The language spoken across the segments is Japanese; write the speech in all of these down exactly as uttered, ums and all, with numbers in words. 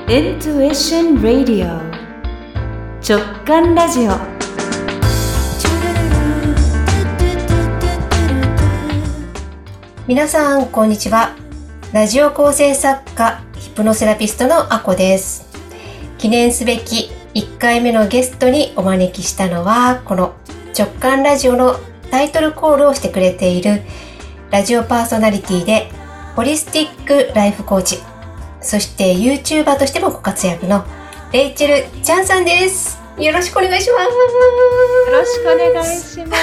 Intuition Radio 直感ラジオ。 皆さんこんにちは。ラジオ構成作家ヒプノセラピストのあこです。記念すべきいっかいめのゲストにお招きしたのは、この直感ラジオのタイトルコールをしてくれているラジオパーソナリティでホリスティックライフコーチ、そして YouTuber としてもご活躍のレイチェル・チャンさんです。よろしくお願いします。 よろしくお願いします。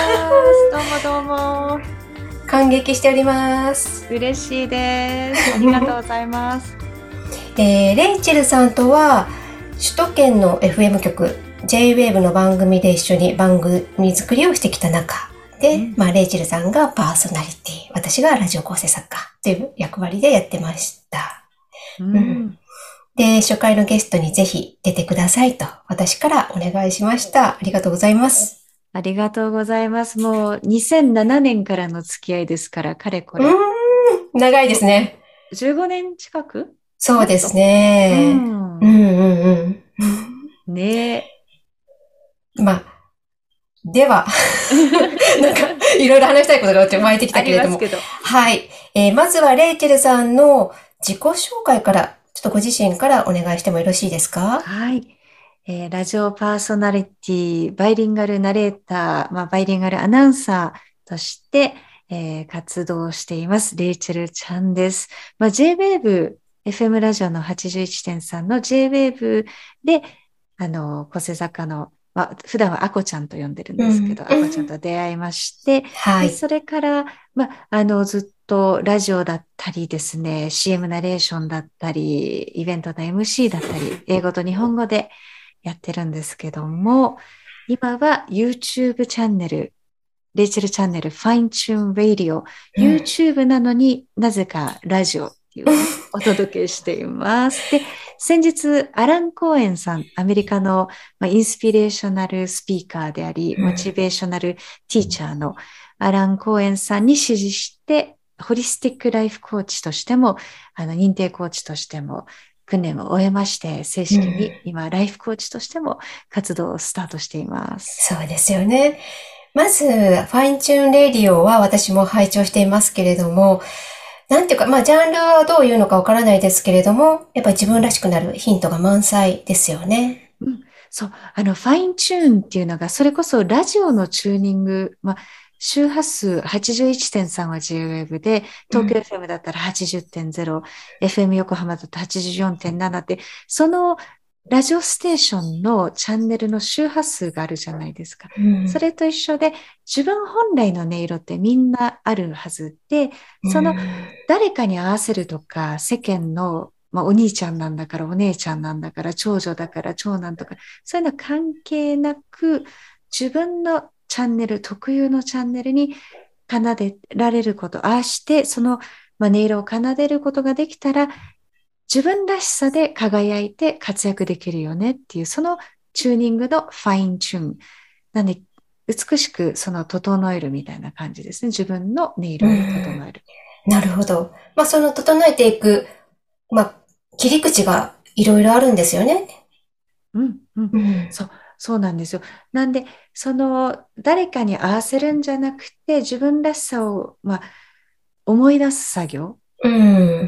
どうもどうも。 感激しております。 嬉しいです。ありがとうございます。 えー、レイチェルさんとは首都圏の エフエム 局 ジェイウェーブ の番組で一緒に番組作りをしてきた中で、うんまあ、レイチェルさんがパーソナリティ、私がラジオ構成作家という役割でやってました。うんうん、で、初回のゲストにぜひ出てくださいと私からお願いしました。ありがとうございます。 ありがとうございます。もうにせんななねんからの付き合いですから、かれこれ。 うーん、長いですね。 じゅうごねん近く？ そうですね。うん、うん、うんうん。 ねえ。 まあ、では、なんか、いろいろ話したいことが湧いてきたけれども。 ありますけど。 はい、えー。まずはレイチェルさんの自己紹介から、ちょっとご自身からお願いしてもよろしいですか？ はい。えー、ラジオパーソナリティ、バイリンガルナレーター、まあ、バイリンガルアナウンサーとして、えー、活動しています。レイチェルちゃんです。まあ、ジェイウェーブ、エフエム ラジオの はちじゅういってんさん の ジェイウェーブ で、あの、構成作家の、まあ、普段はアコちゃんと呼んでるんですけど、うん、アコちゃんと出会いまして、はい、でそれから、まあ、あの、ずっとラジオだったりですね、シーエム ナレーションだったり、イベントの エムシー だったり、英語と日本語でやってるんですけども、今は YouTube チャンネル、レイチェルチャンネル、ファインチューン・ラディオ、YouTube なのになぜかラジオっていうのをお届けしています。で、先日、アラン・コーエンさん、アメリカの、まあ、インスピレーショナルスピーカーであり、モチベーショナルティーチャーのアラン・コーエンさんに指示して、ホリスティックライフコーチとしても、あの認定コーチとしても、訓練を終えまして、正式に今、ライフコーチとしても活動をスタートしています。 そうですよね。まず、ファインチューンレディオは私も拝聴していますけれども、なんていうか、まあ、ジャンルはどういうのかわからないですけれども、やっぱり自分らしくなるヒントが満載ですよね。 うん、そう、あの、ファインチューンっていうのが、それこそラジオのチューニング、まあ、周波数 はちじゅういってんさん は ジェイウェーブ で、東京 エフエム だったら はちじゅってんゼロ、うん、エフエム 横浜だと はちじゅうよんてんなな って、そのラジオステーションのチャンネルの周波数があるじゃないですか。うん、それと一緒で、自分本来の音色ってみんなあるはずで、その誰かに合わせるとか、世間のまあ、お兄ちゃんなんだからお姉ちゃんなんだから長女だから長男とかそういうの関係なく自分のチャンネル特有のチャンネルに奏でられること、ああしてその、まあ、音色を奏でることができたら自分らしさで輝いて活躍できるよねっていうそのチューニングのファインチューンなんで美しくその整えるみたいな感じですね。自分の音色を整える。 なるほど。まあその整えていくまあ、切り口がいろいろあるんですよね。 うん、うん、うん。そう、そうなんですよ。なんで、その、誰かに合わせるんじゃなくて、自分らしさを、まあ、思い出す作業。 うん。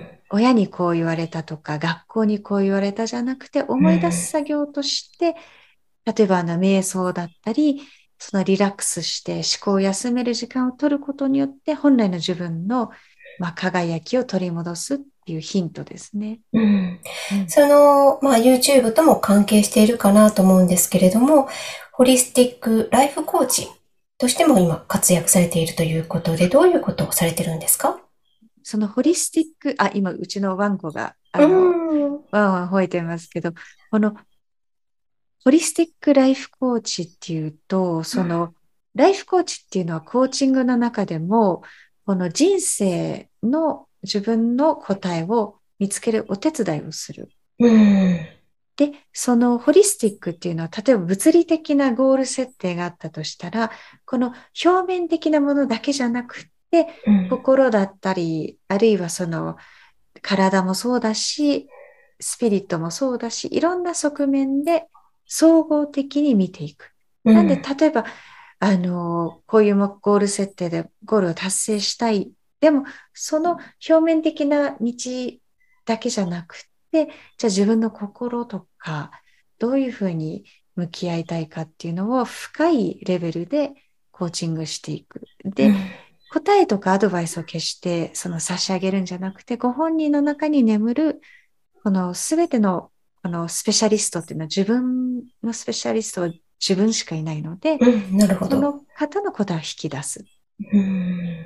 親にこう言われたとか、学校にこう言われたじゃなくて、思い出す作業として、うん、例えばあの、瞑想だったり、そのリラックスして思考を休める時間を取ることによって、本来の自分の、まあ、輝きを取り戻すっていうヒントですね。 うんうん、その、まあ、YouTube とも関係しているかなと思うんですけれども、ホリスティックライフコーチとしても今活躍されているということで、どういうことをされてるんですか？ そのホリスティック、あ、今うちのワンコが、あの、ワンワン吠えてますけど、このホリスティックライフコーチっていうと、その、ライフコーチっていうのはコーチングの中でも、この人生の自分の答えを見つけるお手伝いをする。 うん、 で、そのホリスティックっていうのは、例えば物理的なゴール設定があったとしたら、この表面的なものだけじゃなくて、うん、心だったり、あるいはその体もそうだし、 スピリットもそうだし、いろんな側面で総合的に見ていく。 うん。 なんで、例えば、あの、こういうゴール設定でゴールを達成したい。でも、その表面的な道だけじゃなくて、じゃあ自分の心とか、どういうふうに向き合いたいかっていうのを深いレベルでコーチングしていく。で、 うん。 答えとかアドバイスを決してその差し上げるんじゃなくて、ご本人の中に眠るこのすべてのこのスペシャリストっていうのは自分のスペシャリストは自分しかいないので、 うん。なるほど。 その方の答えを引き出す。 うん。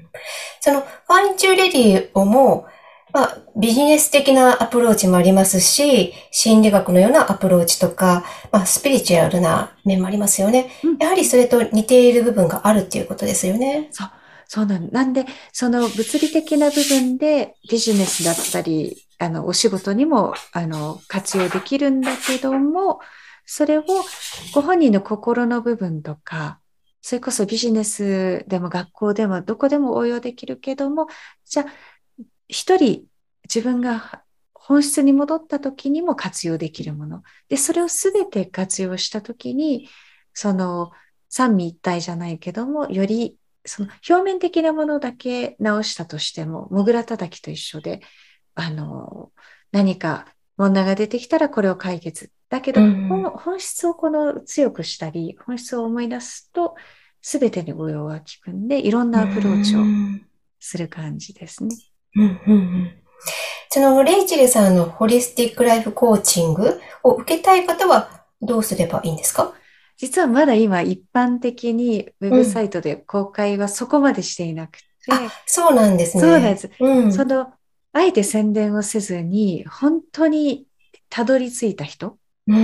その、ファインチューレディオも、まあ、ビジネス的なアプローチもありますし、心理学のようなアプローチとか、まあ、スピリチュアルな面もありますよね。 うん、 やはりそれと似ている部分があるっていうことですよね。 そう、そうなんなんで、その物理的な部分でビジネスだったり、あの、お仕事にも、あの、活用できるんだけども、それをご本人の心の部分とか、それこそビジネスでも学校でもどこでも応用できるけども、じゃあ、一人自分が本質に戻った時にも活用できるもの。で、それをすべて活用した時に、その三位一体じゃないけども、よりその表面的なものだけ直したとしても、もぐらたたきと一緒で、あの、何か問題が出てきたらこれを解決。だけど、 うん。 本質をこの強くしたり、本質を思い出すと、すべてに応用が効くんで、いろんうなアプローチをん。 する感じですね。 うん。うん。その、レイチェルさんのホリスティックライフコーチングを受けたい方はどうすればいいんですか？ 実はまだ今一般的にウェうん。 ブサイトで公開はそこまでしていなくあ、 て、 そうなんですね。 そうなんです。 うん。 その、あえて宣伝をせずに、本当にたどり着いた人。 うん。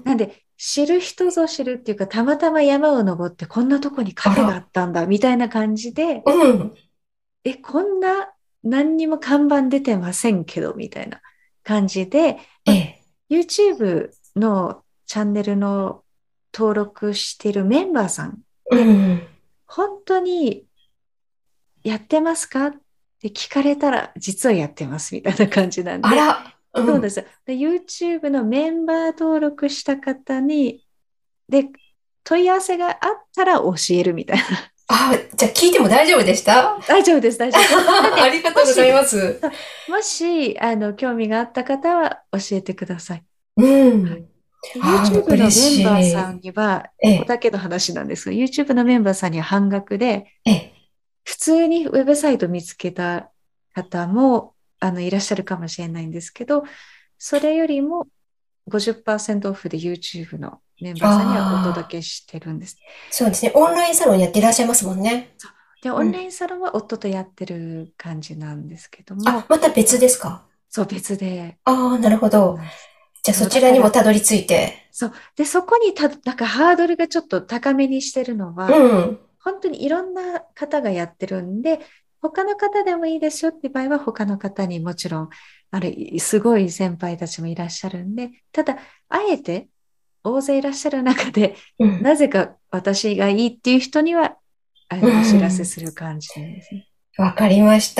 なんで、知る人ぞ知るっていうか、たまたま山を登ってこんなとこにカフェがああら。 ったんだ、みたいな感じで、 うん。 え、こんな何にも看板出てませんけど、みたいな感じで、まあ、 ええ。 YouTube のチャンネルの登録しているメンバーさんで、 うん。 本当にやってますかって聞かれたら、実はやってますみたいな感じなんで、 あら。うん。 そうです。で、YouTube のメンバー登録した方に、で、問い合わせがあったら教えるみたいな。 あ、じゃあ聞いても大丈夫でした？ 大丈夫です、大丈夫です。なんで、 ありがとうございもし、 ます。 もし、あの、興味があった方は教えてください。 うはい。 ん。 でああ、 YouTube の嬉メンしバーさんい。 には、 ええ、 ここだけの話なんですが、YouTube のメンバーさんには半額で、 ええ。 普通にウェブサイト見つけた方もあのいらっしゃるかもしれないんですけど、それよりもごじゅっパーセントオフで YouTube のメンバーさんにはおああ、 届けしてるんです。 そうですね。オンラインサロンやっていらっしゃいますもんね。 そうで、オうん。 ンラインサロンは夫とやってる感じなんですけどあ、 も、 また別ですか？ そう、別で、 ああ、なるほど。 そうなんです。 じゃあそそう、 ちらにもだから、 たどり着いて。 そう。で、そこにた、なんかハードルがちょっと高めにしてるのうは、 ん。 本当にいろんな方がやってるんで、他の方でもいいですよっていう場合は、他の方にもちろん、ある、すごい先輩たちもいらっしゃるんで、ただ、あえて大勢いらっしゃる中で、 うん。 なぜか私がいいっていう人には、あうの、お知らせん。 する感じなんですね。 わかりました。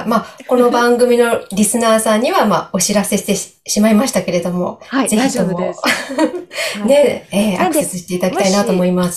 まあ、この番組のリスナーさんには、まあ、お知らせしてししまいましたけれども、 はい、 ぜ大ひとも丈夫です。はい。 ね、えーアクセなんで、 スしていただきたいなと思もし、 います。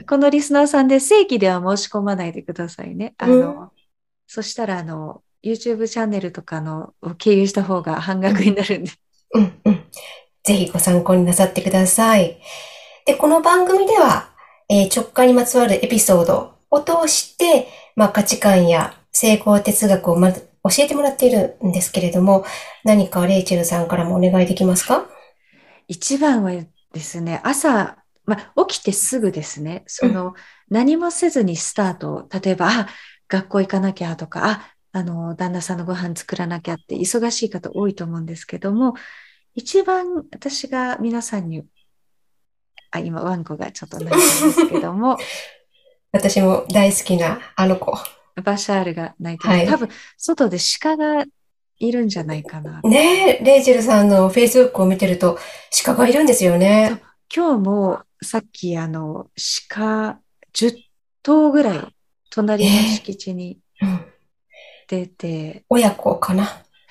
このリスナーさんで正規では申し込まないでくださいね。あうん。 の、そしたら、あの、YouTube チャンネルとかのを経由した方が半額うん。 になるんで。 うん。うん。ぜひご参考になさってください。で、この番組では、えー直感にまつわるエピソードを通して、まあ、価値観や成功哲学をまず教えてもらっているんですけれども、何かレイチェルさんからもお願いできますか？ 一番はですね、朝、まあ、起きてすぐですね、 うん。 その、何もせずにスタート、例えば、あ、学校行かなきゃとか、あ、あの、旦那さんのご飯作らなきゃって忙しい方多いと思うんですけども、一番私が皆さんに、あ、今、ワンコがちょっと鳴いてますけども、 私も大好きなあの子。 バシャールが鳴いてます。多分、 はい。 外で鹿がいるんじゃないかな。 ねえ、レイチェルさんの Facebook を見てると鹿がいるんですよそう、 ね。 今日もさっき、あの、鹿じゅっ頭ぐらい、隣のええ、 敷地にうん。 出て、 親子かな。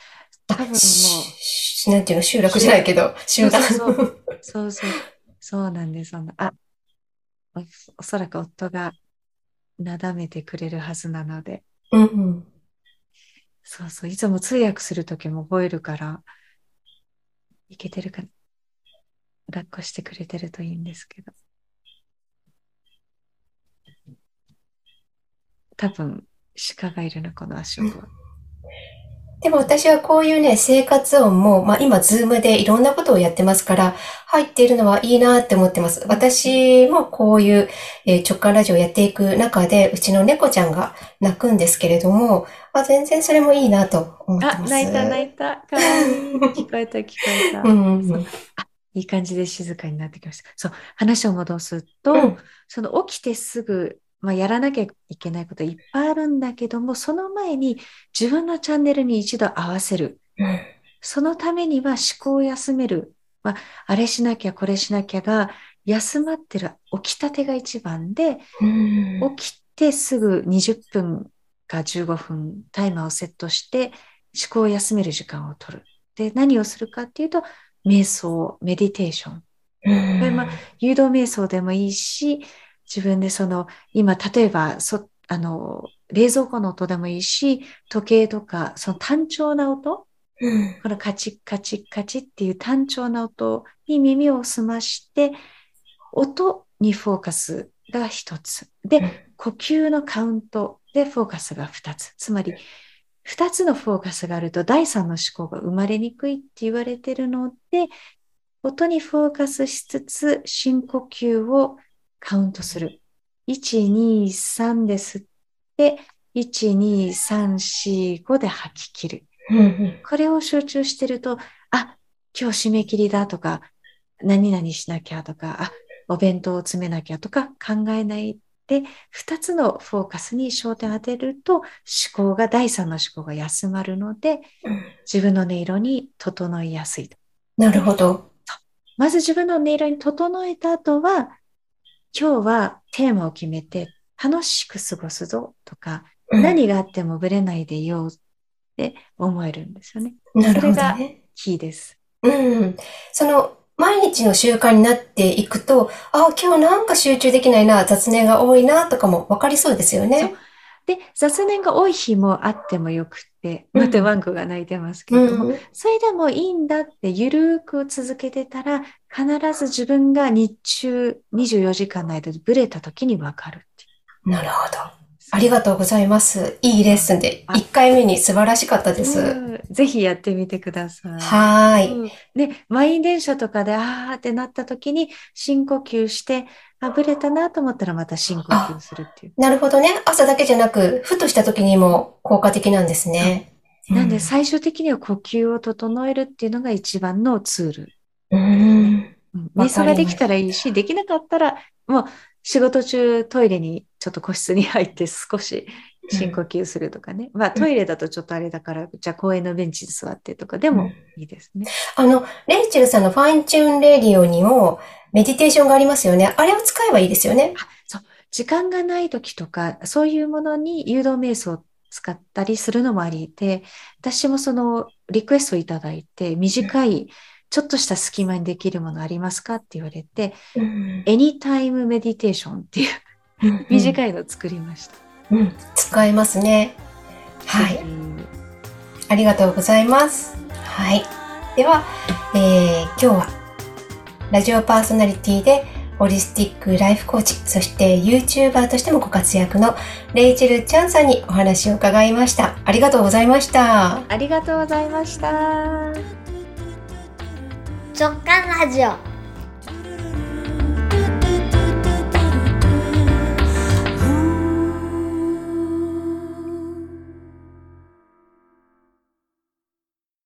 多分もう、 しなんていうの、集落じゃないけど、集団。 そうそうそうそう、そうなんです。そのあお、おそらく夫がなだめてくれるはずなので、 うんうん。 そうそう、いつも通訳するときも覚えるから、いけてるかな、抱っこしてくれてるといいんですけど、多分、鹿がいるの、この足音は。 でも私はこういうね、生活音も、まあ今、ズームでいろんなことをやってますから、入っているのはいいなって思ってます。私もこういう、えー直感ラジオをやっていく中で、うちの猫ちゃんが泣くんですけれども、あ、全然それもいいなと思ってあ、 ます。 泣いた、泣いた。かわいい。聞こえた、聞こえた。 うんうんそう。 うん。 あ、いい感じで静かになってきました。そう、話を戻すと、 うん。 その起きてすぐ、まあ、やらなきゃいけないこといっぱいあるんだけども、その前に自分のチャンネルに一度合わせる。 うんそのためには思考を休める。まあ、あれしなきゃ、これしなきゃが、休まってる起きたてが一番で、 うん起きてすぐにじゅっぷんかじゅうごふんタイマーをセットして思考を休める時間を取る。で、何をするかっていうと、瞑想、メディテーション。これまあ誘導瞑想でもいいし、自分でその、今、例えば、そ、あの、冷蔵庫の音でもいいし、時計とか、その単調な音、 うんこのカチッカチッカチッっていう単調な音に耳を澄まして、音にフォーカスが一つ。で、呼吸のカウントでフォーカスが二つ。つまり、二つのフォーカスがあると第三の思考が生まれにくいって言われているので、音にフォーカスしつつ深呼吸をカウントする。いち、に、さんで吸って、いち、に、さん、よん、ごで吐き切る。 うんうんこれを集中してると、あ、今日締め切りだとか、何々しなきゃとか、あ、お弁当を詰めなきゃとか考えないで、二つのフォーカスに焦点を当てると、思考が、第三の思考が休まるので、自分の音色に整いやすい。 なるで、 ほど。 まず自分の音色に整えた後は、今日はテーマを決めて楽しく過ごすぞとか、 うん何があってもぶれないでいようって思えるんですよね。 なるほそれがどね。 キーです。 うん。その、毎日の習慣になっていくと、あ、今日なんか集中できないな、雑念が多いな、とかも分かりそうですよそう。 ね。 で、雑念が多い日もあってもよくて、 うんまたワンコが鳴いてますけれども、 うん。 それでもいいんだってゆるーく続けてたら、必ず自分が日中にじゅうよじかんの間でブレた時にわかるっていう。 なるほど。ありがとうございます。いいレッスンで、 あ、 いっかいめに素晴らしかったです。 うん、ぜひやってみてください。 はーい。 うん、で、満員電車とかであーってなった時に深呼吸して、あ、ブレたなと思ったらまた深呼吸あ、 するっていう。 なるほどね。朝だけじゃなく、ふとした時にも効果的なんですそう。 ね。うなんでん。 最終的には呼吸を整えるっていうのが一番のツールうですね。 ん。 うん、瞑わか想ができりました。 たらいいし、できなかったら、もう仕事中トイレにちょっと個室に入って少し深呼吸するとかね。まあトイレだとちょっとあれだから、じゃあ公園のベンチに座ってとかでもいいですね。 あの、レイチェルさんのファインチューンレディオにもメディテーションがありますよね。あれを使えばいいですよね。 あ、そう。時間がない時とか、そういうものに誘導瞑想を使ったりするのもありで、私もそのリクエストをいただいて、短い、ちょっとした隙間にできるものありますかって言われて、 うん。 Anytime Meditation っていううんうん。 短いのを作りました。 うん。使えますね。 ぜひ。 はい。ありがとうございます。はい。では、えー、今日はラジオパーソナリティでホリスティックライフコーチ、そして YouTuber としてもご活躍のレイチェル・チャンさんにお話を伺いました。ありがとうございました。 ありがとうございました。 直感ラジオ